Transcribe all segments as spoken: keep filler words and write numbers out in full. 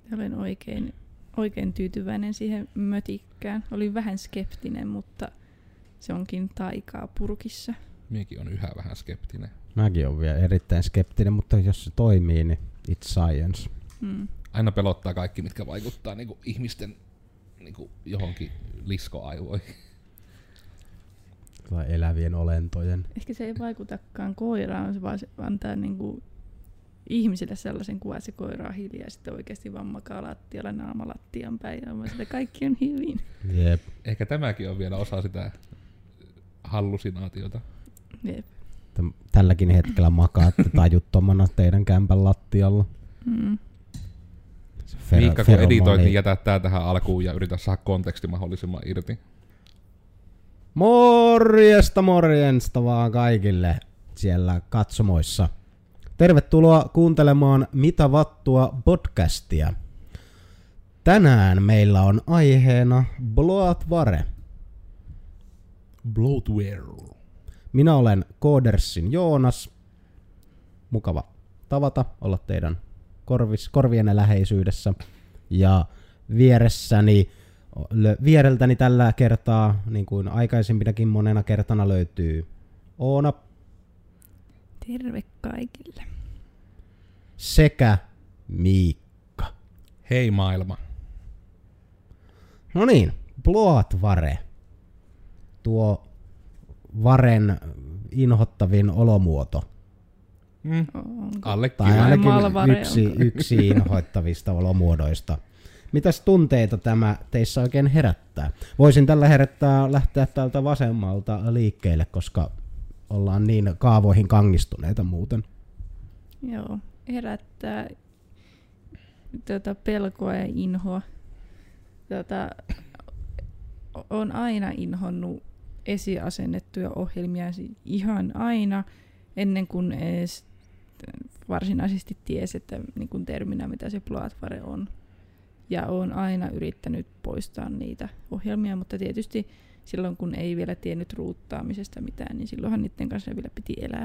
Olen oikein, oikein tyytyväinen siihen mötikkään. Olin vähän skeptinen, mutta se onkin taikaa purkissa. Miekin on yhä vähän skeptinen. Mäkin olen vielä erittäin skeptinen, mutta jos se toimii, niin it's science. Mm. Aina pelottaa kaikki, mitkä vaikuttaa niinku ihmisten niinku johonkin liskoaivoihin. Tai elävien olentojen. Ehkä se ei vaikutakaan koiraan, vaan se antaa niinku ihmisille sellaisen kuvan, että se koira on hiljaa ja sitten oikeasti vaan makaa lattialla naama lattian päin ja sitä kaikki on hyvin. Jep. Ehkä tämäkin on vielä osa sitä hallusinaatiota. Jep. Tälläkin hetkellä makaatte tajuttomana teidän kämpän lattialla. Mm. Fer- Miikka, kun feromoni- editoit, niin jätä tää tähän alkuun ja yritä saada konteksti mahdollisimman irti. Morjesta morjensta vaan kaikille siellä katsomoissa. Tervetuloa kuuntelemaan Mitä vattua podcastia. Tänään meillä on aiheena Bloatware. Bloatware. Minä olen Codersin Joonas. Mukava tavata olla teidän korvis, korvienne läheisyydessä. Ja vieressäni, viereltäni tällä kertaa, niin kuin aikaisempinakin monena kertana, löytyy Oona. Terve kaikille. Sekä Miikka. Hei maailma. No niin, Bloatware. Tuo Varen inhottavin olomuoto. Mm. Onko? Tai Allekirjoitan. ainakin Malvare yksi, onko? yksi inhoittavista olomuodoista. Mitäs tunteita tämä teissä oikein herättää? Voisin tällä herättää lähteä täältä vasemmalta liikkeelle, koska ollaan niin kaavoihin kangistuneita muuten. Joo, herättää tuota pelkoa ja inhoa. Tuota, on aina inhonnut esiasennettuja ohjelmia ihan aina, ennen kuin edes varsinaisesti tiesi, että niin kuin terminä mitä se Bloatware on. Ja olen aina yrittänyt poistaa niitä ohjelmia, mutta tietysti silloin kun ei vielä tiennyt ruuttaamisesta mitään, niin silloinhan niiden kanssa vielä piti elää.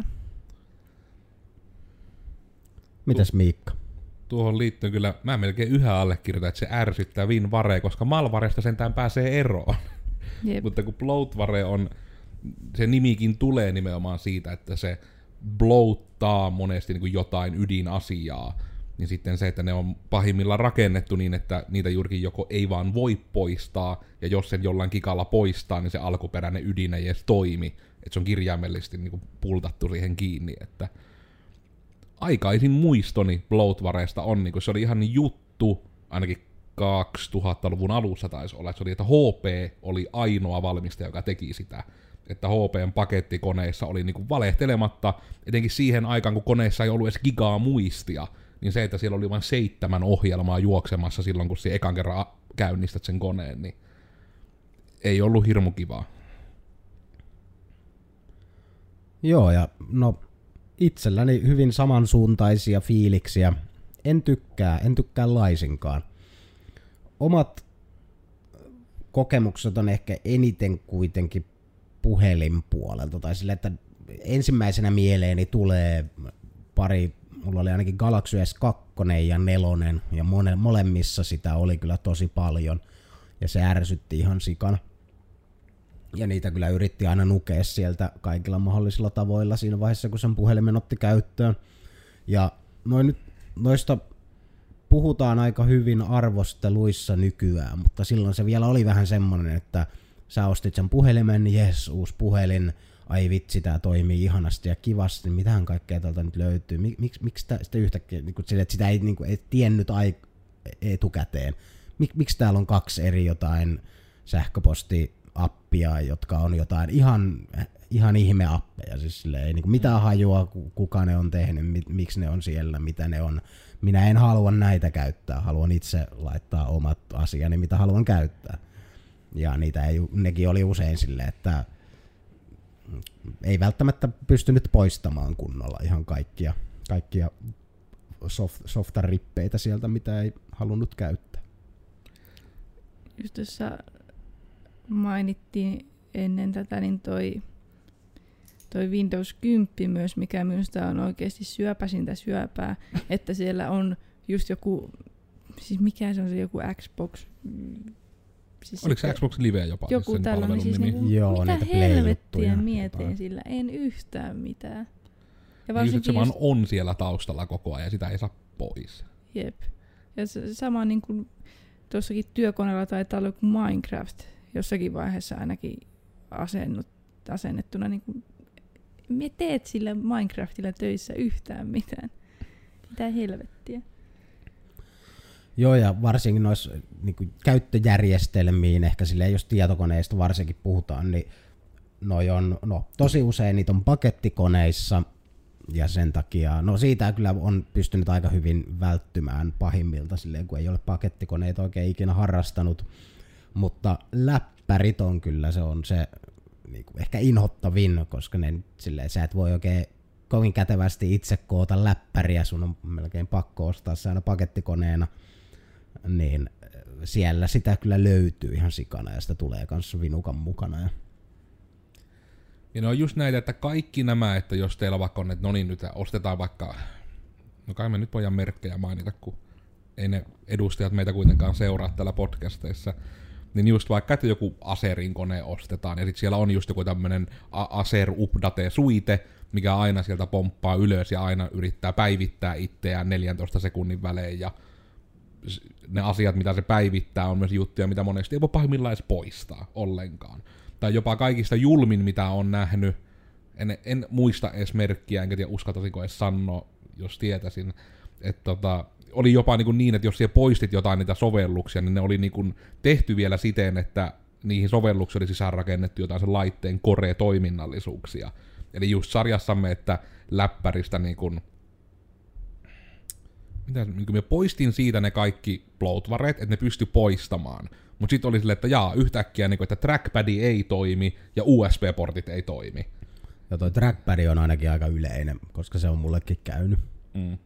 Mitäs Miikka? Tuohon liittyen kyllä, mä melkein yhä allekirjoitan, että se ärsyttää WinVare, koska Malvaresta sentään pääsee eroon. Jep. Mutta kun Bloatware on, se nimikin tulee nimenomaan siitä, että se bloattaa monesti niin kuin jotain ydinasiaa, niin sitten se, että ne on pahimmillaan rakennettu niin, että niitä juurikin joko ei vaan voi poistaa, ja jos sen jollain kikalla poistaa, niin se alkuperäinen ydin ei edes toimi, että se on kirjaimellisesti niin kuin pultattu siihen kiinni, että aikaisin muistoni Bloatwaresta on, niin kuin se oli ihan juttu, ainakin kaksituhattaluvun alussa taisi olla, että se oli, että H P oli ainoa valmistaja, joka teki sitä. Että H P:n pakettikoneissa oli niinku valehtelematta, etenkin siihen aikaan, kun koneessa ei ollut edes gigaa muistia, niin se, että siellä oli vain seitsemän ohjelmaa juoksemassa silloin, kun se ekan kerran käynnistät sen koneen, niin ei ollut hirmu kivaa. Joo, ja no itselläni hyvin samansuuntaisia fiiliksiä. En tykkää, en tykkää laisinkaan. Omat kokemukset on ehkä eniten kuitenkin puhelinpuolelta, tai sille, että ensimmäisenä mieleeni tulee pari, mulla oli ainakin Galaxy S kaksi ja nelonen, ja mone, molemmissa sitä oli kyllä tosi paljon, ja se ärsytti ihan sikana. Ja niitä kyllä yritti aina nukea sieltä kaikilla mahdollisilla tavoilla siinä vaiheessa, kun sen puhelimen otti käyttöön. Ja noin nyt, noista puhutaan aika hyvin arvosteluissa nykyään, mutta silloin se vielä oli vähän semmoinen, että sä ostit sen puhelimen, niin jes, uusi puhelin, ai vitsi, tää toimii ihanasti ja kivasti, niin mitähän kaikkea täältä nyt löytyy. Mik, miksi miksi sitä, sitä yhtäkkiä, niin kuin, että sitä ei, niin kuin, ei tiennyt ai, etukäteen. Mik, miksi täällä on kaksi eri jotain sähköpostiappia, jotka on jotain ihan, ihan ihmeappeja, siis silleen, ei niin kuin mitään hajua, kuka ne on tehnyt, mit, miksi ne on siellä, mitä ne on. Minä en halua näitä käyttää, haluan itse laittaa omat asiani, mitä haluan käyttää. Ja niitä ei, nekin oli usein silleen, että ei välttämättä pystynyt poistamaan kunnolla ihan kaikkia, kaikkia soft, softarippeitä sieltä, mitä ei halunnut käyttää. Just tuossa mainittiin ennen tätä, niin toi, toi Windows kymmenen myös, mikä minusta on oikeasti syöpäsintä syöpää, että siellä on just joku siis mikä se on se joku Xbox? Siis oliko se Xbox Live jopa? Joku siis sen tällainen, siis nimi? niinku, Joo, mitä niitä helvettiä Play-juttuja, mietin jotain. sillä, en yhtään mitään. Ja Niin just, että se vaan just, on siellä taustalla koko ajan ja sitä ei saa pois. jep. Ja se, sama niin kuin tuossakin työkoneella taitaa olla joku Minecraft jossakin vaiheessa ainakin asennut, asennettuna. Niin kuin, me teet sillä Minecraftilla töissä yhtään mitään. Mitä helvettiä. Joo, ja varsinkin noissa niin kuin käyttöjärjestelmiin, ehkä silleen, jos tietokoneista varsinkin puhutaan, niin noi on, no, tosi usein niitä on pakettikoneissa, ja sen takia, no siitä kyllä on pystynyt aika hyvin välttymään pahimmilta, silleen, kun ei ole pakettikoneita oikein ikinä harrastanut, mutta läppärit on kyllä, se on se niin kuin ehkä inhottavin, koska ne, silleen, sä et voi oikein kovin kätevästi itse koota läppäriä, sun on melkein pakko ostaa se aina pakettikoneena, niin siellä sitä kyllä löytyy ihan sikana ja sitä tulee kanssa vinukan mukana. Ja Ja ne on just näitä, että kaikki nämä, että jos teillä vaikka on, että no niin, nyt ostetaan vaikka, no kai me nyt voidaan merkkejä mainita, kun ei ne edustajat meitä kuitenkaan seuraa täällä podcasteissa, niin just vaikka, että joku Acerin kone ostetaan, ja sitten siellä on just joku tämmönen Acer Update Suite, mikä aina sieltä pomppaa ylös ja aina yrittää päivittää itseään neljäntoista sekunnin välein, ja ne asiat, mitä se päivittää, on myös juttuja, mitä monesti ei voi pahimmillaan edes poistaa ollenkaan. Tai jopa kaikista julmin, mitä on nähnyt, en, en muista edes merkkiä, enkä tiedä uskaltaisinko edes sanoa, jos tietäisin, että tota, oli jopa niin, niin, että jos siellä poistit jotain niitä sovelluksia, niin ne oli niin kuin tehty vielä siten, että niihin sovelluksiin oli sisäänrakennettu jotain sen laitteen core-toiminnallisuuksia. Eli just sarjassamme, että läppäristä niin kuin, mitä, niin kuin me poistin siitä ne kaikki bloatwaret, että ne pystyi poistamaan. Mutta sitten oli silleen, että jaa, yhtäkkiä, niin kuin, että trackpad ei toimi ja U S B-portit ei toimi. Ja toi trackpad on ainakin aika yleinen, koska se on mullekin käynyt. Mm.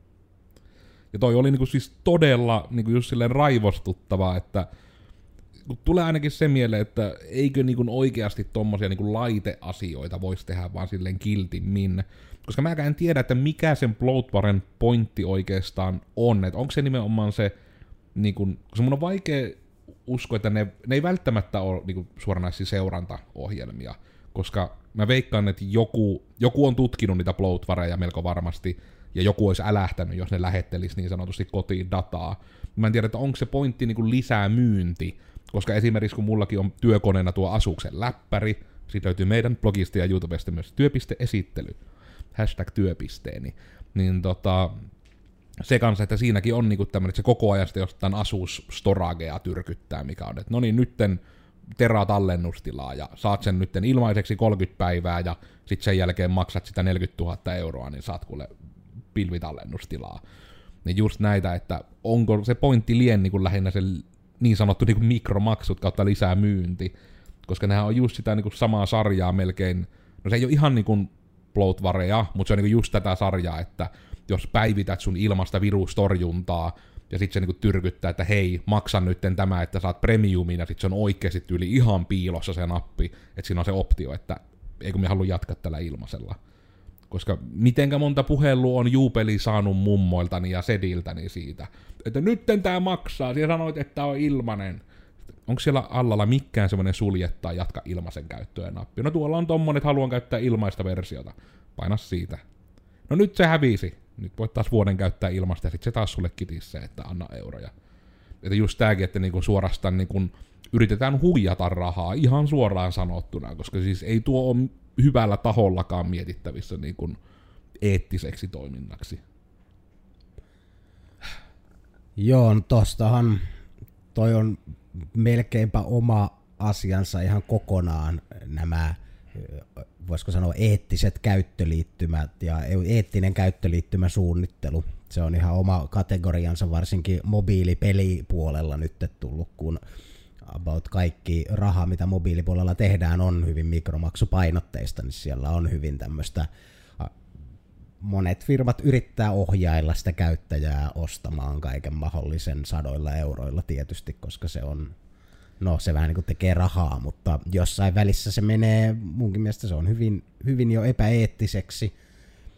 Ja toi oli niinku siis todella niinku just silleen raivostuttavaa, että tulee ainakin se mieleen, että eikö niinku oikeasti tommosia niinku laiteasioita voisi tehdä vaan silleen kiltimmin. Koska mä en tiedä, että mikä sen bloatwaren pointti oikeastaan on. Että onko se nimenomaan se, niinku, koska mun on vaikea uskoa, että ne, ne ei välttämättä ole niinku suoranaisia seurantaohjelmia. Koska mä veikkaan, että joku, joku on tutkinut niitä bloatwareja melko varmasti, ja joku olisi älähtänyt, jos ne lähettelisi niin sanotusti kotiin dataa. Mä en tiedä, että onko se pointti niin kuin lisää myynti, koska esimerkiksi kun mullakin on työkoneena tuo Asuksen läppäri, siitä löytyy meidän blogista ja YouTubesta myös työpisteesittely, hashtag työpisteeni, niin tota, se kanssa, että siinäkin on niinku tämmöinen, että se koko ajan sitten jostain Asus Storagea tyrkyttää, mikä on, että no niin, nytten teraa tallennustilaa ja saat sen nytten ilmaiseksi kolmekymmentä päivää ja sit sen jälkeen maksat sitä neljäkymmentätuhatta euroa, niin saat kuule pilvitallennustilaa. Niin just näitä, että onko se pointti lien niin kuin lähinnä se niin sanottu niin kuin mikromaksut kautta lisää myynti, koska nehän on just sitä niin kuin samaa sarjaa melkein, no se ei ole ihan niin kuin bloatwareja, mutta se on niin kuin just tätä sarjaa, että jos päivität sun ilmasta virustorjuntaa, ja sit se niinku tyrkyttää, että hei, maksa nytten tämä, että saat premiumin, ja sit se on oikeesti yli ihan piilossa se nappi, että siinä on se optio, että eikö me halua jatkaa tällä ilmaisella. Koska mitenkä monta puhelua on Juupeli saanut mummoiltani ja sediltäni siitä, että nytten tää maksaa, siellä sanoit, että tää on ilmanen. Onko siellä allalla mikään semmonen suljettaa jatka ilmaisen käyttöön nappi? No tuolla on tommonen, että haluan käyttää ilmaista versiota. Paina siitä. No nyt se hävisi. Nyt voit taas vuoden käyttää ilmasta ja sit se taas sulle kitisse, että anna euroja. Että just tääkin, että niinku suorastaan niinku yritetään huijata rahaa ihan suoraan sanottuna, koska siis ei tuo ole hyvällä tahollakaan mietittävissä niinku eettiseksi toiminnaksi. Joo, no tostahan toi on melkeinpä oma asiansa ihan kokonaan nämä, voisiko sanoa, eettiset käyttöliittymät ja eettinen käyttöliittymäsuunnittelu. Se on ihan oma kategoriansa varsinkin mobiilipelipuolella nyt tullut, kun about kaikki raha, mitä mobiilipuolella tehdään, on hyvin mikromaksupainotteista, niin siellä on hyvin tämmöistä, monet firmat yrittää ohjailla sitä käyttäjää ostamaan kaiken mahdollisen sadoilla euroilla tietysti, koska se on, no se vähän niin kuin tekee rahaa, mutta jossain välissä se menee, munkin mielestä se on hyvin, hyvin jo epäeettiseksi.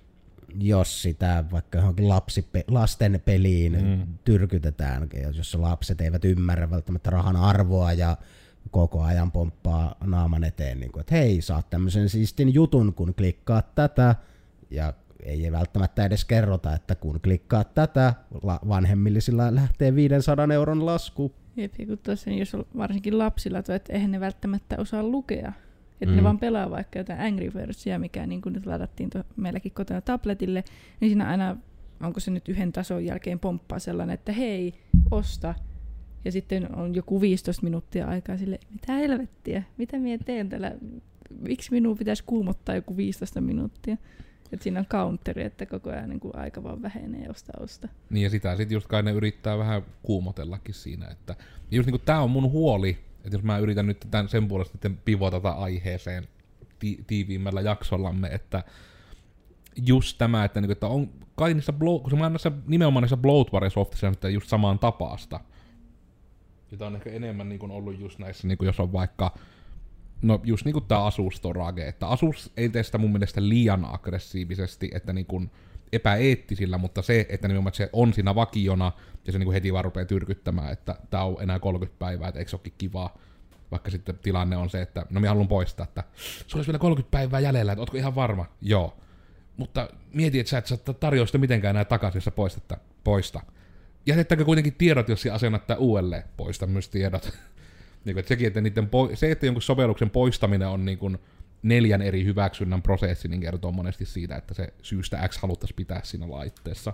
jos sitä vaikka johonkin lapsipe- lasten peliin mm. tyrkytetään, jos lapset eivät ymmärrä välttämättä rahan arvoa ja koko ajan pomppaa naaman eteen, niin kuin, että hei, saat tämmöisen siistin jutun, kun klikkaat tätä, ja ei välttämättä edes kerrota, että kun klikkaat tätä, vanhemmillisilla lähtee viisisataa euron lasku. Jep, ja kun tosiaan, jos on varsinkin lapsilla, toi, että eihän ne välttämättä osaa lukea. Että mm. ne vaan pelaa vaikka jotain Angry Birdsia, mikä niin kuin nyt ladattiin to, meilläkin kotona tabletille, niin siinä aina, onko se nyt yhden tason jälkeen pomppaa sellainen, että hei, osta. Ja sitten on joku viisitoista minuuttia aikaa sille, mitä helvettiä, mitä minä teen täällä, miksi minun pitäisi kuumottaa joku viisitoista minuuttia. Että siinä on counteri, että koko ajan niin kuin aika vaan vähenee osta osta. Niin ja sitä sitten just kai ne yrittää vähän kuumotellakin siinä, että just niin kuin tää on mun huoli, että jos mä yritän nyt tämän sen puolesta sitten pivotata aiheeseen ti- tiiviimmällä jaksollamme, että just tämä, että, niin, että on kai niissä, blow, kun se näissä, nimenomaan näissä bloatware-softissa on just samaan tapaasta. Jota on ehkä enemmän niin kuin ollut just näissä, niin kuin jos on vaikka, no just niin kuin tää Asus Storage, että Asus ei tee sitä mun mielestä liian aggressiivisesti, että niin kuin epäeettisillä, mutta se, että nimenomaan että se on siinä vakiona, ja se niin kuin heti vaan rupeaa tyrkyttämään, että tää on enää kolmekymmentä päivää, että eikö se olekin kivaa. Vaikka sitten tilanne on se, että no minä haluan poistaa, että sulla olisi vielä kolmekymmentä päivää jäljellä, että ootko ihan varma? Joo. Mutta mieti, että sä et saa tarjoa sitä mitenkään enää takaisin, jos sä poistat, poista. Jätettäkö kuitenkin tiedot, jos sä asennattaa uudelleen? Poista myös tiedot. niin kuin, että sekin, että niiden po- se, että jonkun sovelluksen poistaminen on niin kuin neljän eri hyväksynnän prosessi, niin kertoo monesti siitä, että se syystä X haluttaisiin pitää siinä laitteessa.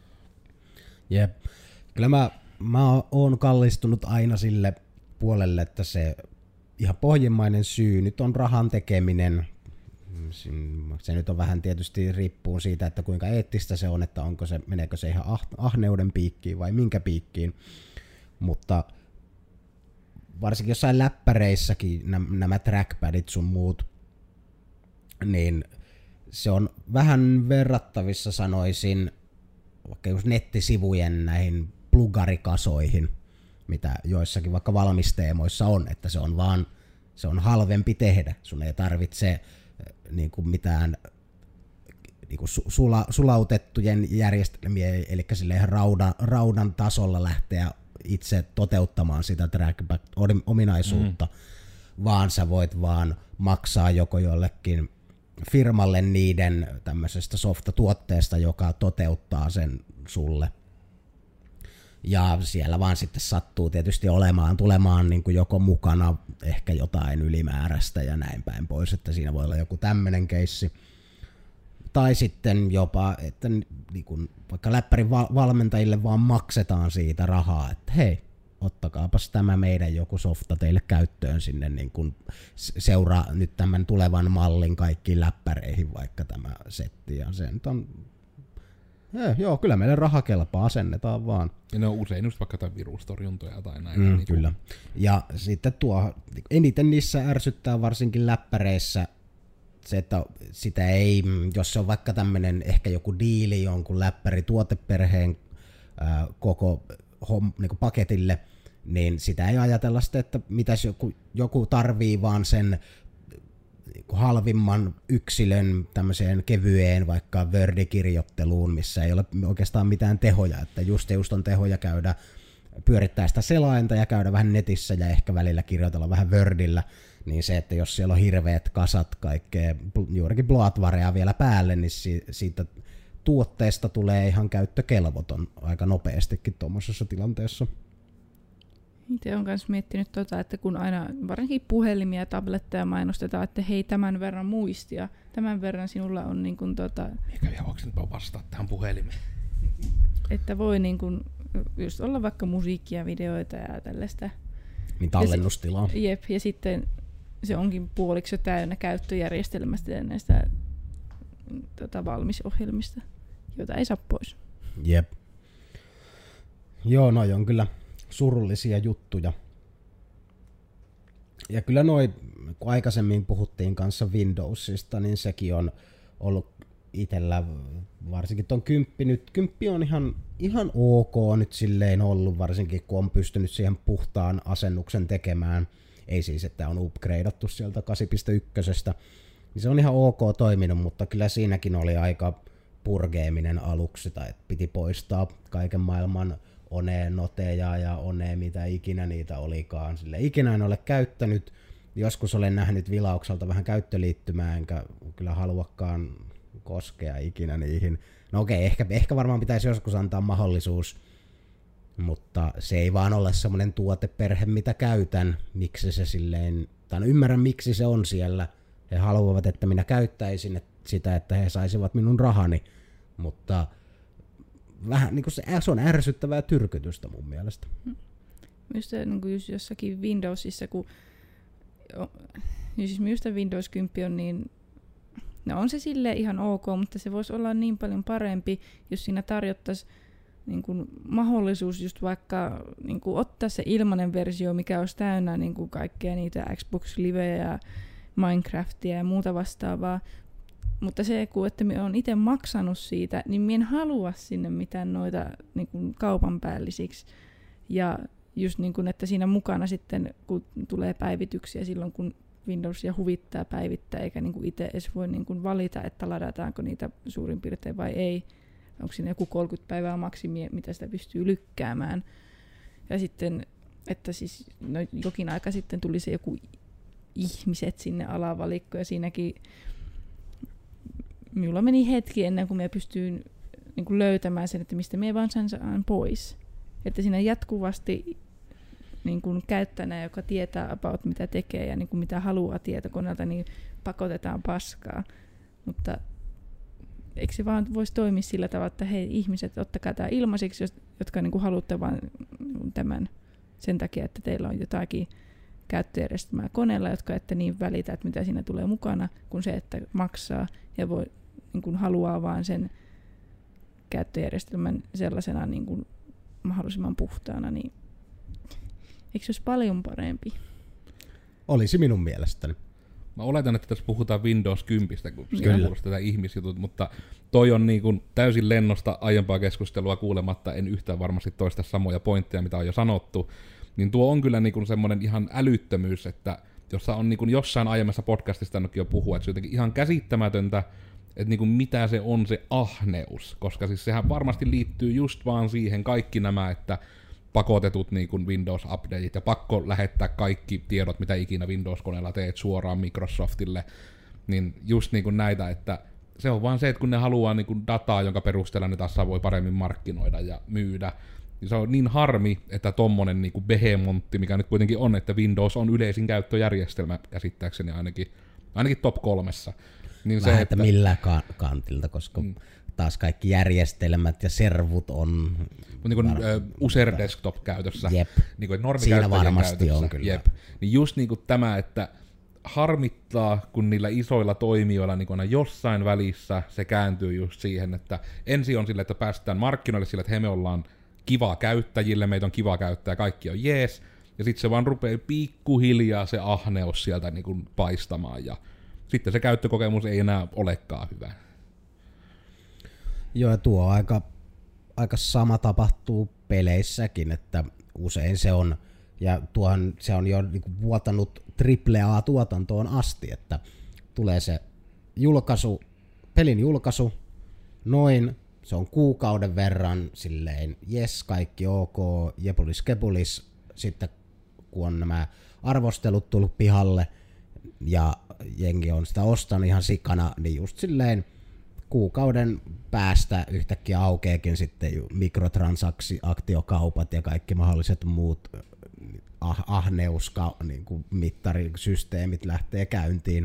Jep. Kyllä mä, mä oon kallistunut aina sille puolelle, että se ihan pohjimmainen syy nyt on rahan tekeminen. Se nyt on vähän tietysti riippuu siitä, että kuinka eettistä se on, että onko se, meneekö se ihan ahneuden piikkiin vai minkä piikkiin. Mutta varsinkin jossain läppäreissäkin nämä trackpadit sun muut, niin se on vähän verrattavissa sanoisin vaikka just nettisivujen näihin plugarikasoihin, mitä joissakin vaikka valmisteemoissa on, että se on vaan se on halvempi tehdä. Sun ei tarvitse niin kuin mitään niin kuin sula, sulautettujen järjestelmiä, eli silleen raudan, raudan tasolla lähteä itse toteuttamaan sitä trackback-ominaisuutta, mm. vaan sä voit vaan maksaa joko jollekin firmalle niiden tämmöisestä softa-tuotteesta, joka toteuttaa sen sulle. Ja siellä vaan sitten sattuu tietysti olemaan, tulemaan niin kuin joko mukana ehkä jotain ylimääräistä ja näin päin pois, että siinä voi olla joku tämmöinen keissi. Tai sitten jopa, että niin kuin vaikka läppärin val- valmentajille vaan maksetaan siitä rahaa, että hei, ottakaapas tämä meidän joku softa teille käyttöön sinne, niin kuin seuraa nyt tämän tulevan mallin kaikkiin läppäreihin vaikka tämä setti, ja se nyt on, eh, joo, kyllä meille raha kelpaa, asennetaan vaan. Ja ne on usein just vaikka jotain virustorjuntoja tai näin. Mm, niin kuin. Kyllä. Ja sitten tuo, eniten niissä ärsyttää varsinkin läppäreissä se, että sitä ei, jos se on vaikka tämmöinen ehkä joku diili jonkun läppäri tuoteperheen ää, koko hom, niin kuin paketille, niin sitä ei ajatella sitä, että mitäs joku, joku tarvii vaan sen niin kuin halvimman yksilön tämmöiseen kevyeen vaikka Word-kirjoitteluun, missä ei ole oikeastaan mitään tehoja, että just just on tehoja käydä pyörittää sitä selainta ja käydä vähän netissä ja ehkä välillä kirjoitella vähän Wordillä, niin se, että jos siellä on hirveät kasat kaikkea, juurikin bloatwarea vielä päälle, niin si- siitä tuotteesta tulee ihan käyttökelvoton aika nopeastikin tuommoisessa tilanteessa. Itse olen myös miettinyt, tota, että kun aina varsinkin puhelimia ja tabletteja mainostetaan, että hei, tämän verran muistia, tämän verran sinulla on niin kuin, tota, eikä vielä voiko nyt vastaa tähän puhelimeen. Että voi niin kuin, just olla vaikka musiikkia, videoita ja tällaista. Niin tallennustilaa. Ja, jep, ja sitten se onkin puoliksi jo täynnä käyttöjärjestelmästä ja näistä tota, valmisohjelmista, joita ei saa pois. Jep. Joo, noi on kyllä surullisia juttuja. Ja kyllä noi, kun aikaisemmin puhuttiin kanssa Windowsista, niin sekin on ollut itsellä varsinkin tuon kymppi nyt. Kymppi on ihan, ihan ok nyt silleen ollut, varsinkin kun on pystynyt siihen puhtaan asennuksen tekemään. Ei siis, että on upgradeattu sieltä kahdeksan piste yksi. Niin se on ihan ok toiminut, mutta kyllä siinäkin oli aika purgeeminen aluksi, tai että piti poistaa kaiken maailman Oneen noteja ja Oneen mitä ikinä niitä olikaan. Sille ikinä en ole käyttänyt. Joskus olen nähnyt vilaukselta vähän käyttöliittymää, enkä kyllä haluakaan koskea ikinä niihin. No okei, ehkä, ehkä varmaan pitäisi joskus antaa mahdollisuus, mutta se ei vaan ole semmoinen tuoteperhe, mitä käytän. Miksi se silleen, tai ymmärrän miksi se on siellä. He haluavat, että minä käyttäisin sitä, että he saisivat minun rahani, mutta vähän niin kuin se, se on ärsyttävää tyrkytystä mun mielestä. Minusta niin kuin just jossakin Windowsissa, kun siis minusta Windows kymmenen on niin, no on se silleen ihan ok, mutta se voisi olla niin paljon parempi, jos siinä tarjottaisiin niin kuin mahdollisuus just vaikka niin kuin ottaa se ilmainen versio, mikä olisi täynnä niin kuin kaikkea niitä Xbox Liveä ja Minecraftia ja muuta vastaavaa. Mutta se, kun että minä olen itse maksanut siitä, niin minä en halua sinne mitään noita niin kuin kaupan päällisiksi. Ja just niin kuin, että siinä mukana sitten, kun tulee päivityksiä silloin, kun Windowsia huvittaa päivittää, eikä niin kuin itse edes voi niin kuin valita, että ladataanko niitä suurin piirtein vai ei. Onko siinä joku kolmekymmentä päivää maksimi, mitä sitä pystyy lykkäämään. Ja sitten, että siis no, jokin aika sitten tuli se joku ihmiset sinne alavalikkoon, ja siinäkin minulla meni hetki ennen kuin minä pystyin niin kuin löytämään sen, että mistä minä vaan sen saan pois. Että siinä jatkuvasti niin kuin käyttäjänä, joka tietää about mitä tekee ja niin kuin mitä haluaa tietokoneelta, niin pakotetaan paskaa. Mutta eikö se vaan voisi toimia sillä tavalla, että hei ihmiset, ottakaa tämä ilmaiseksi, jotka niin kuin haluatte vaan tämän sen takia, että teillä on jotakin käyttöjärjestelmää koneella, jotka ette niin välitä, että mitä siinä tulee mukana, kun se, että maksaa ja voi, niin kuin haluaa vaan sen käyttöjärjestelmän sellaisena niin kuin mahdollisimman puhtaana, niin eikö se olisi paljon parempi? Olisi minun mielestäni. Mä oletan, että tässä puhutaan Windows kymmenen, kun siinä kuulostaa tätä ihmisjutut, mutta toi on niin kuin täysin lennosta aiempaa keskustelua kuulematta, en yhtään varmasti toista samoja pointteja, mitä on jo sanottu, niin tuo on kyllä niin kuin semmoinen ihan älyttömyys, että jossa on niin kuin jossain aiemmassa podcastista annetkin jo puhua, että se on jotenkin ihan käsittämätöntä, että niin kuin mitä se on se ahneus, koska siis sehän varmasti liittyy just vaan siihen kaikki nämä, että pakotetut niin kuin Windows-updateit ja pakko lähettää kaikki tiedot, mitä ikinä Windows-koneella teet suoraan Microsoftille, niin just niin kuin näitä, että se on vaan se, että kun ne haluaa niin kuin dataa, jonka perusteella ne taas voi paremmin markkinoida ja myydä, niin se on niin harmi, että tommonen niin kuin behemontti, mikä nyt kuitenkin on, että Windows on yleisin käyttöjärjestelmä käsittääkseni ainakin, ainakin top kolmessa. Niin Vähän, se, että millään ka- kantilta, koska mm. taas kaikki järjestelmät ja servut on niin kuin, var- uh, user desktop käytössä. Jep. Niin kuin, siinä varmasti käytössä. on kyllä. Jep. Niin just niin kuin tämä, että harmittaa, kun niillä isoilla toimijoilla niin aina jossain välissä se kääntyy just siihen, että ensin on sille, että päästään markkinoille sille, että he me ollaan kiva käyttäjille, meitä on kiva käyttää, kaikki on jees, ja sitten se vaan rupeaa pikkuhiljaa se ahneus sieltä niin kuin paistamaan, ja sitten se käyttökokemus ei enää olekaan hyvä. Joo, ja tuo aika, aika sama tapahtuu peleissäkin, että usein se on, ja tuohan se on jo niin kuin vuotanut triple A-tuotantoon asti, että tulee se julkaisu, pelin julkaisu, noin, se on kuukauden verran silleen, jes, kaikki ok, jepulis kepulis, sitten kun on nämä arvostelut tullut pihalle, ja jengi on sitä ostanut ihan sikana, niin just silleen kuukauden päästä yhtäkkiä aukeekin sitten mikrotransaktiokaupat ja kaikki mahdolliset muut ah- ahneus, niin kuin mittarisysteemit lähtee käyntiin.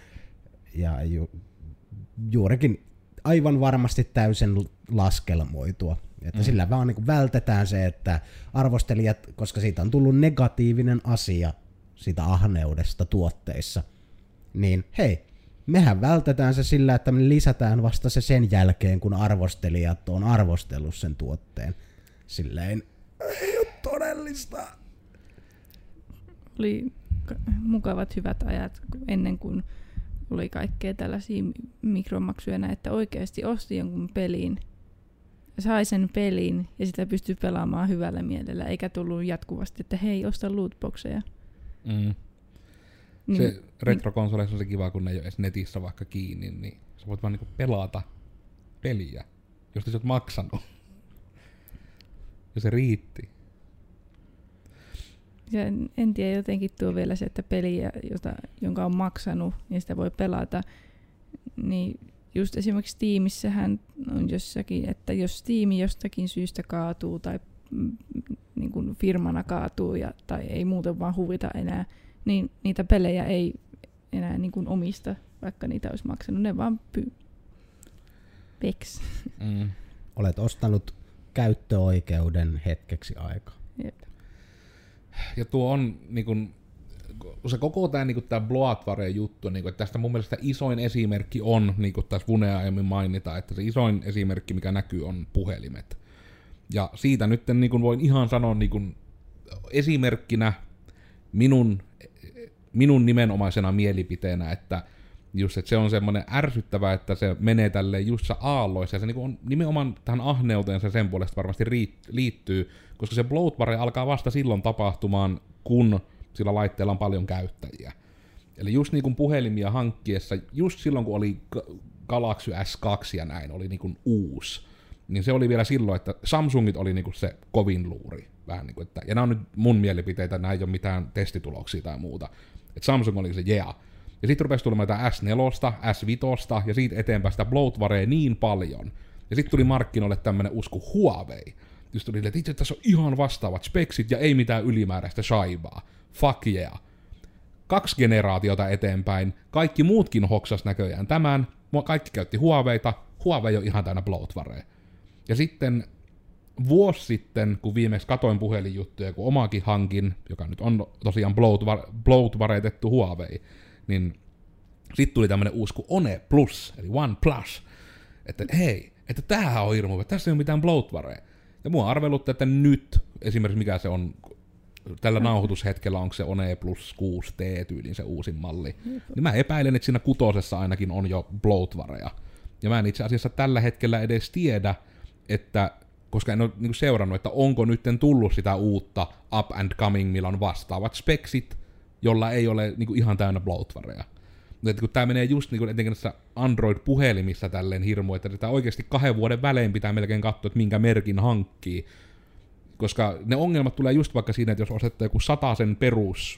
Ja ju- juurikin aivan varmasti täysin laskelmoitua. Että mm. sillä vaan niin kuin vältetään se, että arvostelijat, koska siitä on tullut negatiivinen asia siitä ahneudesta tuotteissa, niin hei, mehän vältetään se sillä, että me lisätään vasta se sen jälkeen, kun arvostelijat on arvostellut sen tuotteen. Silleen, ei ole todellista. Oli mukavat hyvät ajat ennen kuin oli kaikkea tällaisia mikromaksuja, että oikeasti osti jonkun pelin, sai sen pelin ja sitä pystyy pelaamaan hyvällä mielellä, eikä tullut jatkuvasti, että hei, osta lootboxeja. Mm. Niin, se retrokonsoleissa on se kiva, kun ne ei ole edes netissä vaikka kiinni, niin sä voit vaan niinku pelata peliä, josta sä oot maksanut. Ja se riitti. Ja en, en tiedä, jotenkin tuo vielä se, että peliä, jota, jonka on maksanut, niin sitä voi pelata. Niin just esimerkiksi Steamissähän on jossakin, että jos Steam jostakin syystä kaatuu tai mm, niin kuin firmana kaatuu ja, tai ei muuten vaan huvita enää, niin niitä pelejä ei enää niin kuin omista, vaikka niitä olisi maksanut. Ne vaan py... peks. Mm. Olet ostanut käyttöoikeuden hetkeksi aikaa. Jep. Ja tuo on niin kun, se koko tämä niin tää Bloodware-juttu, niin kun, että tästä mun mielestä isoin esimerkki on, niin kuin tässä Vune aiemmin mainita, että se isoin esimerkki, mikä näkyy, on puhelimet. Ja siitä nyt niin kun voin ihan sanoa niin kun, esimerkkinä minun, minun nimenomaisena mielipiteenä, että just, että se on semmoinen ärsyttävä, että se menee tälleen just aalloissa, ja se niinku on nimenomaan tähän ahneuteen se sen puolesta varmasti liittyy, koska se bloatware alkaa vasta silloin tapahtumaan, kun sillä laitteella on paljon käyttäjiä. Eli just niin kuin puhelimia hankkiessa, just silloin kun oli Galaxy S kaksi ja näin, oli niin kuin uusi, niin se oli vielä silloin, että Samsungit oli niin kuin se kovin luuri. Vähän niin kuin, että, ja nämä on nyt mun mielipiteitä, nämä ei ole mitään testituloksia tai muuta. Että Samsung oli se yeah. Ja sitten rupesi tulemaan jotain S neljä, S viisi ja siitä eteenpäin sitä bloatwarea niin paljon. Ja sitten tuli markkinoille tämmönen usku Huawei. Just tuli, että itse tässä on ihan vastaavat speksit ja ei mitään ylimääräistä shaibaa. Fuck yeah. Kaksi generaatiota eteenpäin, kaikki muutkin hoksas näköjään tämän, kaikki käytti Huaweita, Huawei on ihan täynnä bloatwarea. Ja sitten vuosi sitten, kun viimeksi katoin puhelinjuttuja, kun omakin hankin, joka nyt on tosiaan bloatwareitettu Huawei, niin sitten tuli tämmönen uusi kuin One Plus, eli One Plus, että hei, että tämähän on hirmu, tässä ei ole mitään bloatwarea. Ja mua arvelutti, että nyt, esimerkiksi mikä se on, tällä nauhoitushetkellä onko se One Plus kuusi T-tyylin se uusin malli, niin mä epäilen, että siinä kutosessa ainakin on jo bloatwarea. Ja mä en itse asiassa tällä hetkellä edes tiedä, että, koska en ole niinku seurannut, että onko nytten tullut sitä uutta up and coming, millä on vastaavat speksit, jolla ei ole niinku ihan täynnä bloatwarea. Mutta kun tää menee just niinku etenkin näissä Android-puhelimissa tälleen hirmu, että sitä oikeasti kahden vuoden välein pitää melkein katsoa, että minkä merkin hankkii. Koska ne ongelmat tulee just vaikka siinä, että jos osettaa joku satasen perus,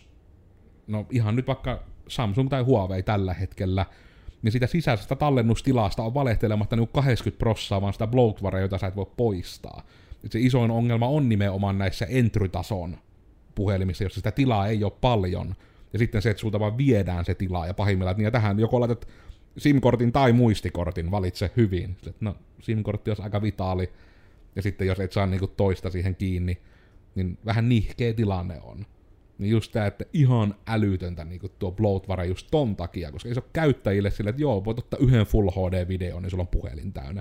no ihan nyt vaikka Samsung tai Huawei tällä hetkellä, niin sitä sisäisestä tallennustilasta on valehtelematta niin kahdeksankymmentä prosenttia vaan sitä bloatwarea, jota sä et voi poistaa. Et se isoin ongelma on nimenomaan näissä entry-tason puhelimissa, jossa sitä tilaa ei ole paljon. Ja sitten se, että sulta vaan viedään se tilaa, ja pahimmillaan, että niin, tähän joko laitat SIM-kortin tai muistikortin, valitse hyvin. No, SIM-kortti olisi aika vitaali, ja sitten jos et saa niinku toista siihen kiinni, niin vähän nihkeä tilanne on. Niin just tää, että ihan älytöntä niinku tuo bloatware just ton takia, koska ei se ole käyttäjille sille, että joo, voit ottaa yhden Full H D-videon, niin sulla on puhelin täynnä.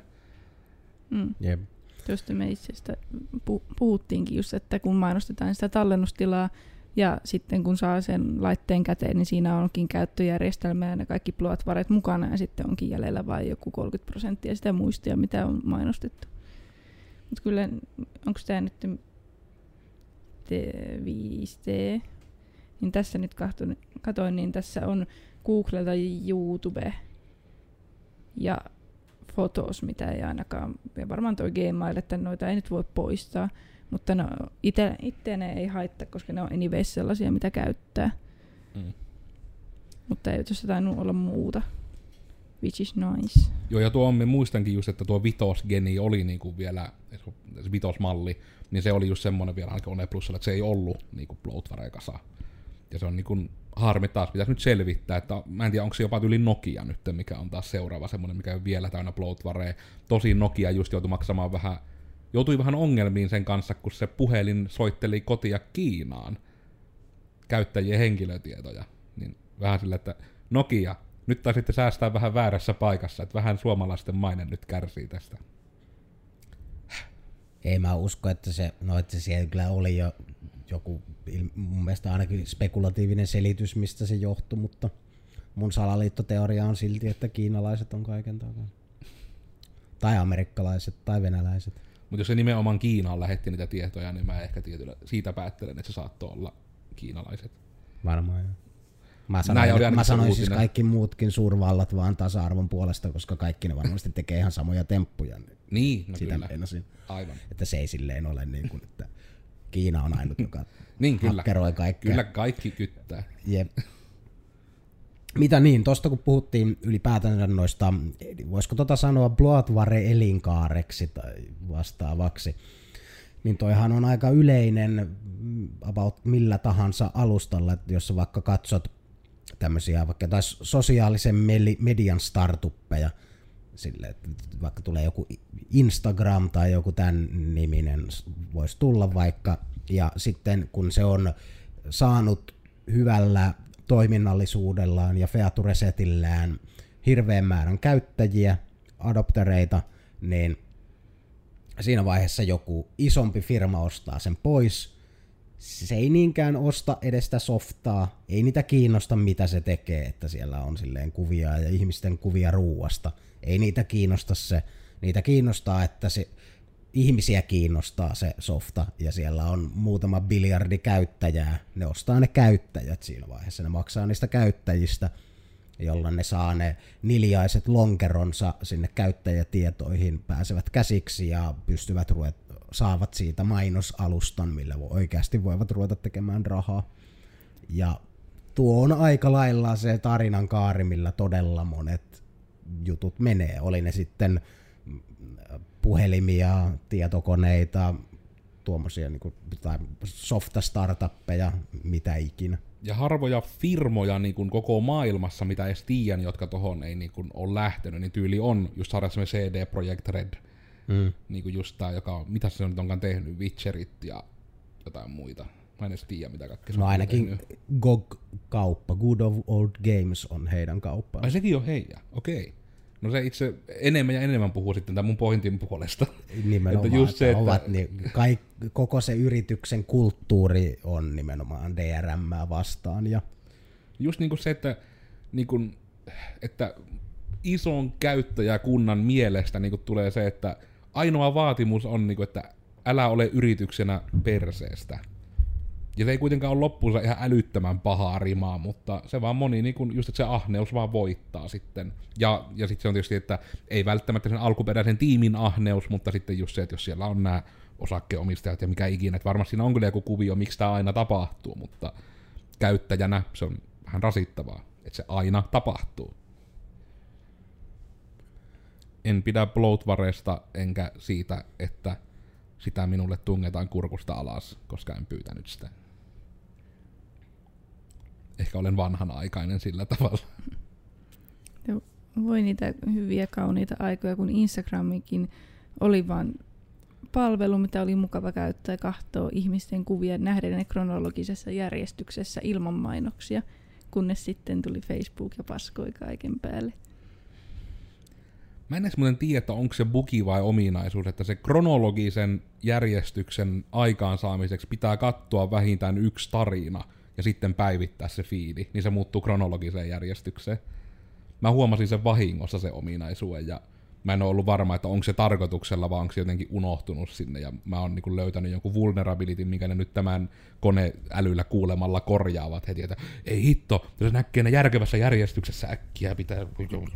Mm. Jep. Tuosta me itse asiassa puhuttiinkin just, että kun mainostetaan sitä tallennustilaa, ja sitten kun saa sen laitteen käteen, niin siinä onkin käyttöjärjestelmä ja ne kaikki bloatwaret mukana, ja sitten onkin jäljellä vain joku kolmekymmentä prosenttia sitä muistia, mitä on mainostettu. Mutta kyllä, onko tämä nyt T viisi T, niin tässä nyt katoin, katoin, niin tässä on Googlelta YouTube ja Photos, mitä ei ainakaan, ja varmaan toi Gmail, että noita ei nyt voi poistaa, mutta no, ite, itse ne ei haittaa, koska ne on anyways sellaisia, mitä käyttää. Mm. Mutta ei tuossa tainnut olla muuta, which is nice. Joo, ja tuo on, muistankin just, että tuo vitosgeni oli niinku vielä, se vitosmalli, niin se oli just semmoinen vielä ainakin One Plusalla, että se ei ollut niinku bloatware-kasa. Ja se on niinku harmi taas, pitäisi nyt selvittää, että mä en tiedä, onko se jopa yli Nokia nyt, mikä on taas seuraava semmoinen, mikä on vielä täynnä bloatwarea. Tosin Nokia just joutui maksamaan vähän, joutui vähän ongelmiin sen kanssa, kun se puhelin soitteli kotia Kiinaan käyttäjien henkilötietoja. Niin vähän sillä, että Nokia, nyt taisitte säästää vähän väärässä paikassa, että vähän suomalaisten maine nyt kärsii tästä. Ei mä usko, että se, no että siellä kyllä oli jo joku, mun mielestä ainakin spekulatiivinen selitys, mistä se johtui, mutta mun salaliittoteoria on silti, että kiinalaiset on kaiken takana. Tai amerikkalaiset, tai venäläiset. Mutta jos se nimenomaan Kiinaan lähetti niitä tietoja, niin mä ehkä tietyllä, siitä päättelen, että se saattoi olla kiinalaiset. Varmaan joo. Mä sanoin, mä sanoin siis kaikki muutkin suurvallat vaan tasa-arvon puolesta, koska kaikki ne varmasti tekee ihan samoja temppuja. Niin, no sitä kyllä. meinasin. Aivan. Että se ei silleen ole niin kuin, että Kiina on ainut, joka niin, kyllä. hakkeroi kaikkea. Kyllä kaikki kyttää. Jep. Mitä niin, tosta kun puhuttiin ylipäätään noista, voisiko tota sanoa bloatware-elinkaareksi tai vastaavaksi, niin toihan on aika yleinen about millä tahansa alustalla, että jos vaikka katsot tämmöisiä vaikka jotain sosiaalisen median startuppeja, sille, että vaikka tulee joku Instagram tai joku tämän niminen voisi tulla vaikka, ja sitten kun se on saanut hyvällä toiminnallisuudellaan ja featuresetillään hirveän määrän käyttäjiä, adoptereita, niin siinä vaiheessa joku isompi firma ostaa sen pois. Se ei niinkään osta edes sitä softaa, ei niitä kiinnosta mitä se tekee, että siellä on silleen kuvia ja ihmisten kuvia ruuasta. Ei niitä kiinnosta se, niitä kiinnostaa, että se ihmisiä kiinnostaa se softa ja siellä on muutama biljardi käyttäjää. Ne ostaa ne käyttäjät siinä vaiheessa, ne maksaa niistä käyttäjistä, jolloin ne saa ne niljaiset lonkeronsa sinne käyttäjätietoihin, pääsevät käsiksi ja pystyvät ruvet, saavat siitä mainosalustan, millä oikeasti voivat ruveta tekemään rahaa. Ja tuo on aika lailla se tarinan kaari, millä todella monet jutut menee. Oli ne sitten puhelimia, tietokoneita, tuommoisia niin kuin, tai softa-startuppeja, mitä ikinä. Ja harvoja firmoja niin kuin koko maailmassa, mitä edes tiedän, jotka tohon ei niin kuin ole lähtenyt, niin tyyli on just sarjassa C D Projekt Red. Mm. Niin kuin just tää, joka, mitä se nyt onkaan tehnyt, Witcherit ja jotain muita. Mä en edes tiedä, mitä kaikkea. No ainakin G O G-kauppa, Good of Old Games on heidän kauppaan. Ai sekin on heidän, okei. Okay. No se itse enemmän ja enemmän puhuu sitten tämän mun pointin puolesta. Nimenomaan, että just se, että ovat, niin, kaik, koko se yrityksen kulttuuri on nimenomaan D R M vastaan. Ja just niin kuin se, että, niin kuin, että ison käyttäjäkunnan mielestä niin kuin tulee se, että ainoa vaatimus on, niin kuin, että älä ole yrityksenä perseestä. Ja se ei kuitenkaan ole loppuunsa ihan älyttömän pahaa rimaa, mutta se vaan moni, niin kun just että se ahneus vaan voittaa sitten. Ja, ja sitten se on tietysti, että ei välttämättä sen alkuperäisen tiimin ahneus, mutta sitten just se, että jos siellä on nämä osakkeenomistajat ja mikä ikinä, että varmasti siinä on kyllä joku kuvio, miksi tämä aina tapahtuu, mutta käyttäjänä se on vähän rasittavaa, että se aina tapahtuu. En pidä bloatwaresta enkä siitä, että sitä minulle tungetaan kurkusta alas, koska en pyytänyt sitä. Ehkä olen vanhanaikainen sillä tavalla. Voi niitä hyviä kauniita aikoja, kun Instagramikin oli vaan palvelu, mitä oli mukava käyttää ja katsoa ihmisten kuvia, nähdä ne kronologisessa järjestyksessä ilman mainoksia, kunnes sitten tuli Facebook ja paskoi kaiken päälle. Mä en edes muuten tiedä, onko se bugi vai ominaisuus, että se kronologisen järjestyksen aikaansaamiseksi pitää katsoa vähintään yksi tarina ja sitten päivittää se fiili, niin se muuttuu kronologiseen järjestykseen. Mä huomasin sen vahingossa se ominaisuuden ja mä en ole ollut varma, että onko se tarkoituksella vai onko se jotenkin unohtunut sinne ja mä oon niin löytänyt jonkun vulnerability, minkä ne nyt tämän koneälyllä kuulemalla korjaavat heti, että ei hitto, jos näkee ne järkevässä järjestyksessä äkkiä pitää.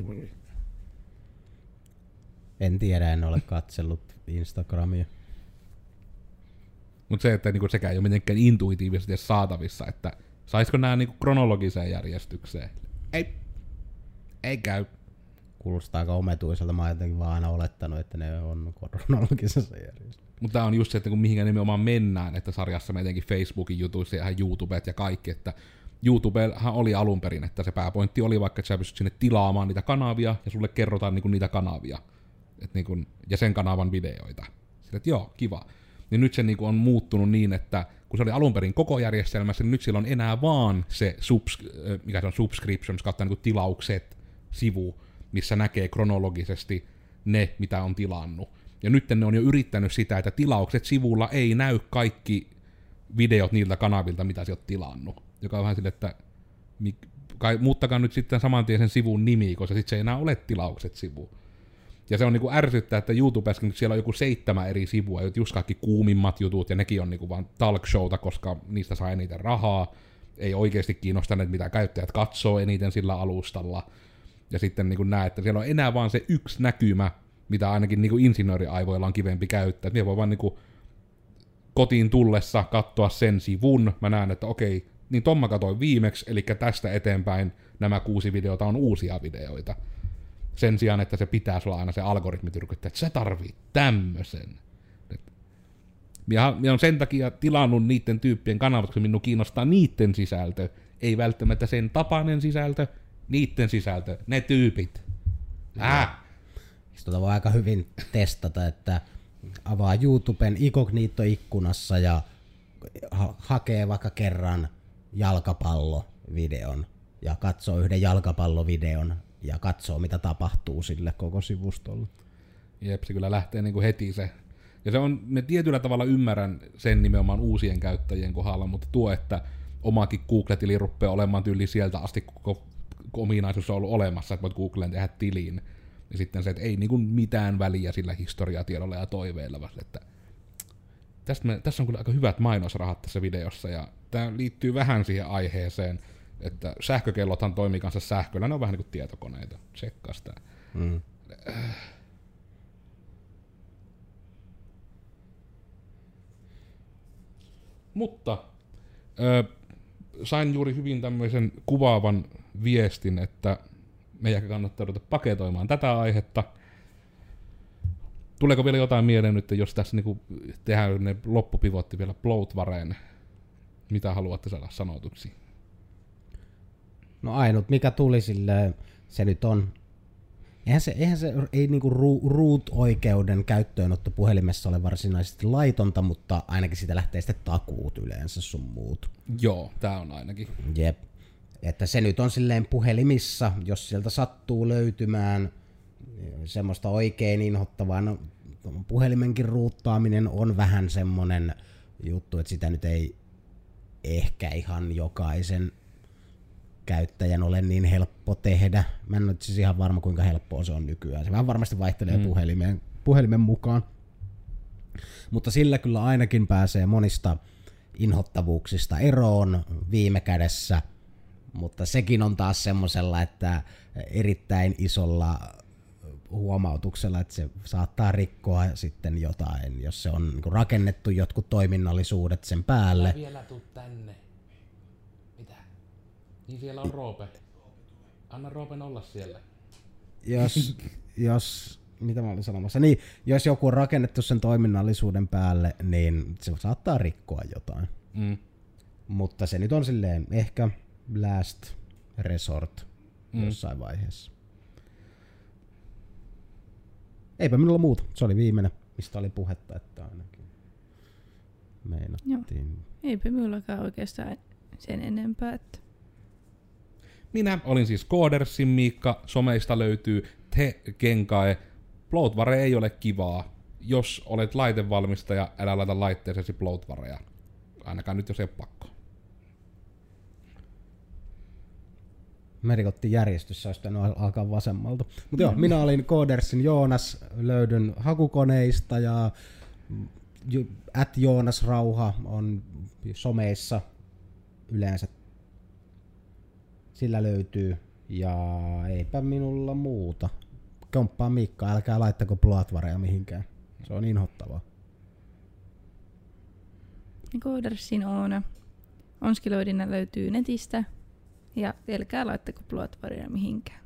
En tiedä, en ole katsellut Instagramia. Mutta se, että niinku sekään ei ole mitenkään intuitiivisesti saatavissa, että saisiko nämä niinku kronologiseen järjestykseen? Ei. Ei käy. Kuulostaa aika ometuiselta. Mä oon jotenkin vaan aina olettanut, että ne on kronologisessa järjestyksessä. Mutta tää on just se, että kun mihinkä nimenomaan mennään, että sarjassa me etenkin Facebookin jutuissa ja YouTubet ja kaikki, että YouTubehan oli alun perin, että se pääpointti oli vaikka, että sä pystyt sinne tilaamaan niitä kanavia ja sulle kerrotaan niinku niitä kanavia. Et niin kun, ja sen kanavan videoita. Sillä, että joo, kiva. Niin nyt se niin kun on muuttunut niin, että kun se oli alun perin koko järjestelmässä, niin nyt sillä on enää vaan se, subs, mikä se on subscriptions kautta niin tilaukset sivu, missä näkee kronologisesti ne, mitä on tilannut. Ja nyt ne on jo yrittänyt sitä, että tilaukset sivulla ei näy kaikki videot niiltä kanavilta, mitä sä oot tilannut. Joka on vähän sille, että kai, muuttakaa nyt sitten saman tien sen sivun nimi, koska sitten se ei enää ole tilaukset sivu. Ja se on niinku ärsyttää, että YouTubessa siellä on joku seitsemän eri sivua, just kaikki kuumimmat jutut, ja nekin on niinku vaan talk showta, koska niistä saa eniten rahaa. ei oikeasti kiinnostaneet, mitä käyttäjät katsoo eniten sillä alustalla. Ja sitten niin kuin näet, että siellä on enää vaan se yksi näkymä, mitä ainakin niin kuin insinööriaivoilla on kivempi käyttää. Minä voi vaan niin kuin kotiin tullessa katsoa sen sivun. Mä näen, että okei, niin ton mä katsoin viimeksi, eli tästä eteenpäin nämä kuusi videota on uusia videoita. Sen sijaan, että se pitää sulla aina se algoritmi tyrkyttää, että sä tarvii tämmösen. Minä olen sen takia tilannut niiden tyyppien kanavat, koska minun kiinnostaa niiden sisältö. Ei välttämättä sen tapainen sisältö, niiden sisältö, ne tyypit. Äh. Tota voi aika hyvin testata, että avaa YouTuben incognito-ikkunassa ja ha- hakee vaikka kerran jalkapallovideon ja katsoo yhden jalkapallovideon ja katsoo, mitä tapahtuu sille koko sivustolle. Jep, se kyllä lähtee niinku heti se. Ja se on, me tietyllä tavalla ymmärrän sen nimenomaan uusien käyttäjien kohdalla, mutta tuo, että omakin Google-tili rupeaa olemaan tyyli sieltä asti, koko ominaisuus on ollut olemassa, että voit Googleen tehdä tiliin. Ja sitten se, että ei niinku mitään väliä sillä historiatiedolla ja toiveilla, vaan että tästä me, tässä on kyllä aika hyvät mainosrahat tässä videossa, ja tämä liittyy vähän siihen aiheeseen, että sähkökellothan toimii kanssa sähköllä, ne on vähän niin kuin tietokoneita. Tsekkaa sitä. Mm. Mutta ö, sain juuri hyvin tämmöisen kuvaavan viestin, että meidän kannattaa ruveta paketoimaan tätä aihetta. Tuleeko vielä jotain mieleen nyt, jos tässä niinku tehdään ne loppupivotti vielä Bloatwareen? Mitä haluatte saada sanotuksi? No ainut mikä tuli silleen, se nyt on, eihän se, eihän se ei niinku root-oikeuden käyttöönotto puhelimessa ole varsinaisesti laitonta, mutta ainakin siitä lähtee sitten takuut yleensä sun muut. Joo, tää on ainakin. Jep. Että se nyt on silleen puhelimissa, jos sieltä sattuu löytymään semmoista oikein inhottavaa, no puhelimenkin ruuttaaminen on vähän semmonen juttu, että sitä nyt ei ehkä ihan jokaisen käyttäjän ole niin helppo tehdä. Mä en ole siis ihan varma, kuinka helppoa se on nykyään. Se vähän varmasti vaihtelee mm. puhelimen, puhelimen mukaan. Mutta sillä kyllä ainakin pääsee monista inhottavuuksista eroon viime kädessä. Mutta sekin on taas semmosella, että erittäin isolla huomautuksella, että se saattaa rikkoa sitten jotain, jos se on niin rakennettu jotkut toiminnallisuudet sen päälle. Älä vielä tuu tänne. Mitä? Niin siellä on Roope. Anna Roopen olla siellä. Jos, jos, mitä mä olin sanomassa, niin jos joku on rakennettu sen toiminnallisuuden päälle, niin se saattaa rikkoa jotain. Mm. Mutta se nyt on silleen ehkä last resort mm. jossain vaiheessa. Eipä minulla muuta. Se oli viimeinen, mistä oli puhetta, että ainakin meinattiin. Joo. Eipä minullakaan oikeastaan sen enempää. Että... Minä olin siis Koodersin Miikka. Someista löytyy Te Kenkae. Bloatware ei ole kivaa. Jos olet laitevalmistaja, älä laita laitteeseesi Bloatwarea. Ainakaan nyt, jos ei ole pakko. Me rikottiin järjestyssä, olisi pitänyt alkaa vasemmalta. Mutta joo, minä olin Koodersin Joonas, löydyn hakukoneista ja at Joonas Rauha on someissa yleensä. Sillä löytyy ja eipä minulla muuta. Komppaa Miikka, älkää laittako Bloatwarea mihinkään. Se on inhottavaa. Koodersin Oona. Onskiloidina löytyy netistä. Ja älkää laittako Bloatwarea mihinkään.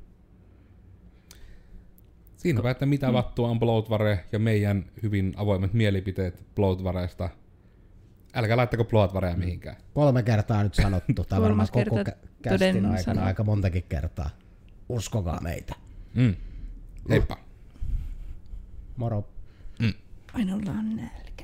Siinäpä, että mitä mm. vattua on Bloatware ja meidän hyvin avoimet mielipiteet Bloatwareesta. Älkää laittako Bloatwarea mihinkään. Kolme kertaa nyt sanottu, tai varmaan koko kä- kästin aikana sano. Aika montakin kertaa. Uskokaa meitä. Mm. Heippa. Moro. Mm. Aina ollaan nälkä.